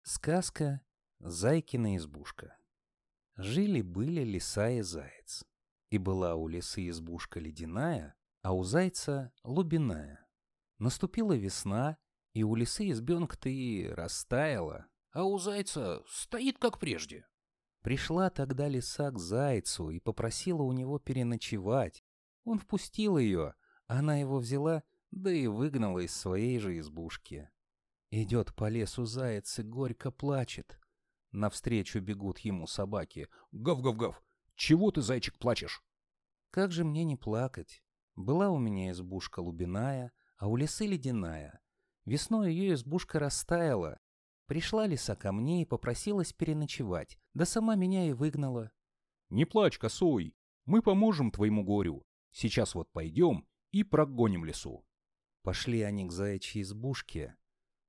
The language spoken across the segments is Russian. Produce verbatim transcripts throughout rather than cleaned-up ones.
Сказка «Зайкина избушка». Жили-были лиса и заяц. И была у лисы избушка ледяная, а у зайца лубяная. Наступила весна, и у лисы избенка-то и растаяла, а у зайца стоит как прежде. Пришла тогда лиса к зайцу и попросила у него переночевать. Он впустил ее, она его взяла, да и выгнала из своей же избушки. Идет по лесу заяц и горько плачет. Навстречу бегут ему собаки. Гав-гав-гав! Чего ты, зайчик, плачешь? Как же мне не плакать? Была у меня избушка лубяная, а у лисы ледяная. Весной ее избушка растаяла. Пришла лиса ко мне и попросилась переночевать, да сама меня и выгнала. Не плачь, косой, мы поможем твоему горю. Сейчас вот пойдем и прогоним лису. Пошли они к заячьей избушке.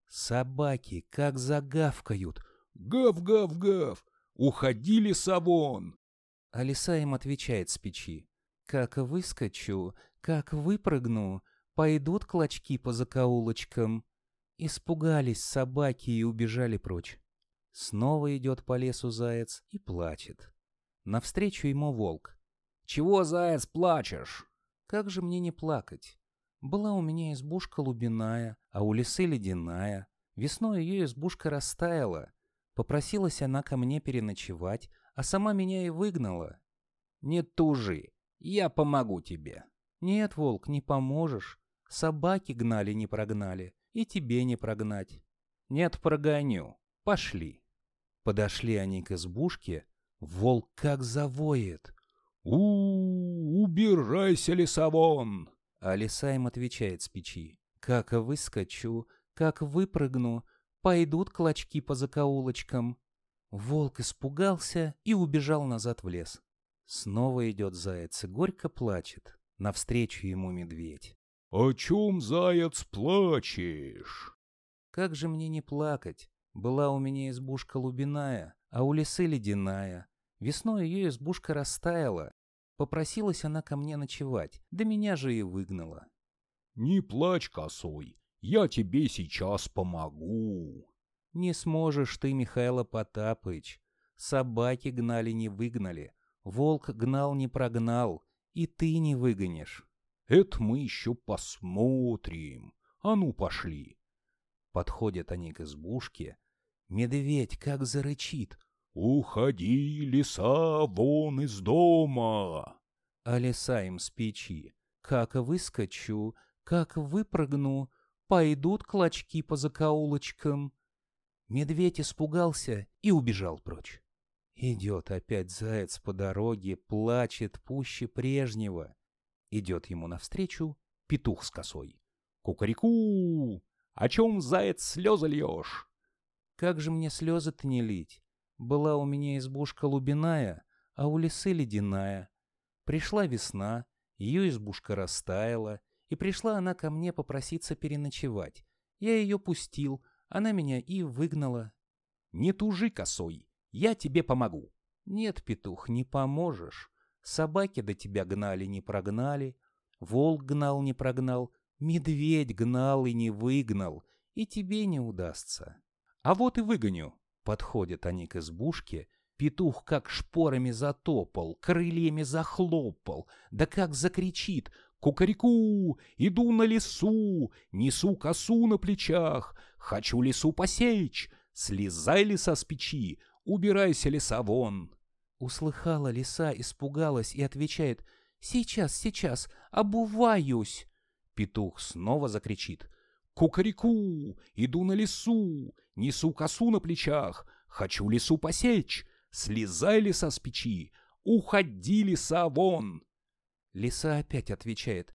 Собаки как загавкают. Гав-гав-гав! Уходи, лиса, вон! А лиса им отвечает с печи. Как выскочу, как выпрыгну, пойдут клочки по закоулочкам. Испугались собаки и убежали прочь. Снова идет по лесу заяц и плачет. Навстречу ему волк. Чего, заяц, плачешь? Как же мне не плакать? Была у меня избушка лубяная, а у лисы ледяная. Весной ее избушка растаяла. Попросилась она ко мне переночевать, а сама меня и выгнала. Не тужи, я помогу тебе. Нет, волк, не поможешь. Собаки гнали, не прогнали, и тебе не прогнать. Нет, прогоню. Пошли. Подошли они к избушке, волк как завоет. У-у-у, убирайся, лиса, вон! А лиса им отвечает с печи. Как выскочу, как выпрыгну, пойдут клочки по закоулочкам. Волк испугался и убежал назад в лес. Снова идет заяц и горько плачет. Навстречу ему медведь. — О чем, заяц, плачешь? Как же мне не плакать? Была у меня избушка лубяная, а у лисы ледяная. Весной ее избушка растаяла. Попросилась она ко мне ночевать, да меня же и выгнала. — Не плачь, косой, я тебе сейчас помогу. — Не сможешь ты, Михайло Потапыч. Собаки гнали, не выгнали. Волк гнал, не прогнал. И ты не выгонишь. — Это мы еще посмотрим. А ну, пошли. Подходят они к избушке. Медведь как зарычит. «Уходи, лиса, вон из дома!» А лиса им с печи. Как выскочу, как выпрыгну, пойдут клочки по закоулочкам. Медведь испугался и убежал прочь. Идет опять заяц по дороге, плачет пуще прежнего. Идет ему навстречу петух с косой. «Кукареку! О чем, заяц, слезы льешь?» Как же мне слезы-то не лить? Была у меня избушка лубяная, а у лисы ледяная. Пришла весна, ее избушка растаяла, и пришла она ко мне попроситься переночевать. Я ее пустил, она меня и выгнала. Не тужи, косой, я тебе помогу. Нет, петух, не поможешь. Собаки до тебя гнали, не прогнали. Волк гнал, не прогнал. Медведь гнал и не выгнал. И тебе не удастся. А вот и выгоню. Подходят они к избушке, петух как шпорами затопал, крыльями захлопал, да как закричит: «Кукареку! Иду на лесу, несу косу на плечах, хочу лису посечь, слезай, лиса, с печи, убирайся, лиса, вон!» Услыхала лиса, испугалась и отвечает: «Сейчас, сейчас, обуваюсь!» Петух снова закричит: «Кукареку! Иду на лесу, несу косу на плечах, хочу лису посечь, слезай, лиса, с печи, уходи, лиса, вон!» Лиса опять отвечает: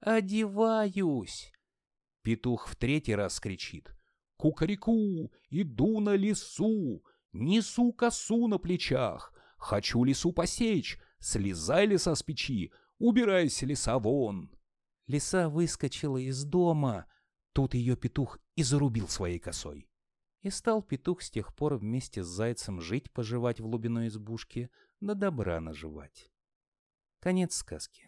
«Одеваюсь!» Петух в третий раз кричит: «Кукареку! Иду на лесу, несу косу на плечах, хочу лису посечь, слезай, лиса, с печи, убирайся, лиса, вон!» Лиса выскочила из дома. Тут ее петух и зарубил своей косой. И стал петух с тех пор вместе с зайцем жить-поживать в лубяной избушке, да добра наживать. Конец сказки.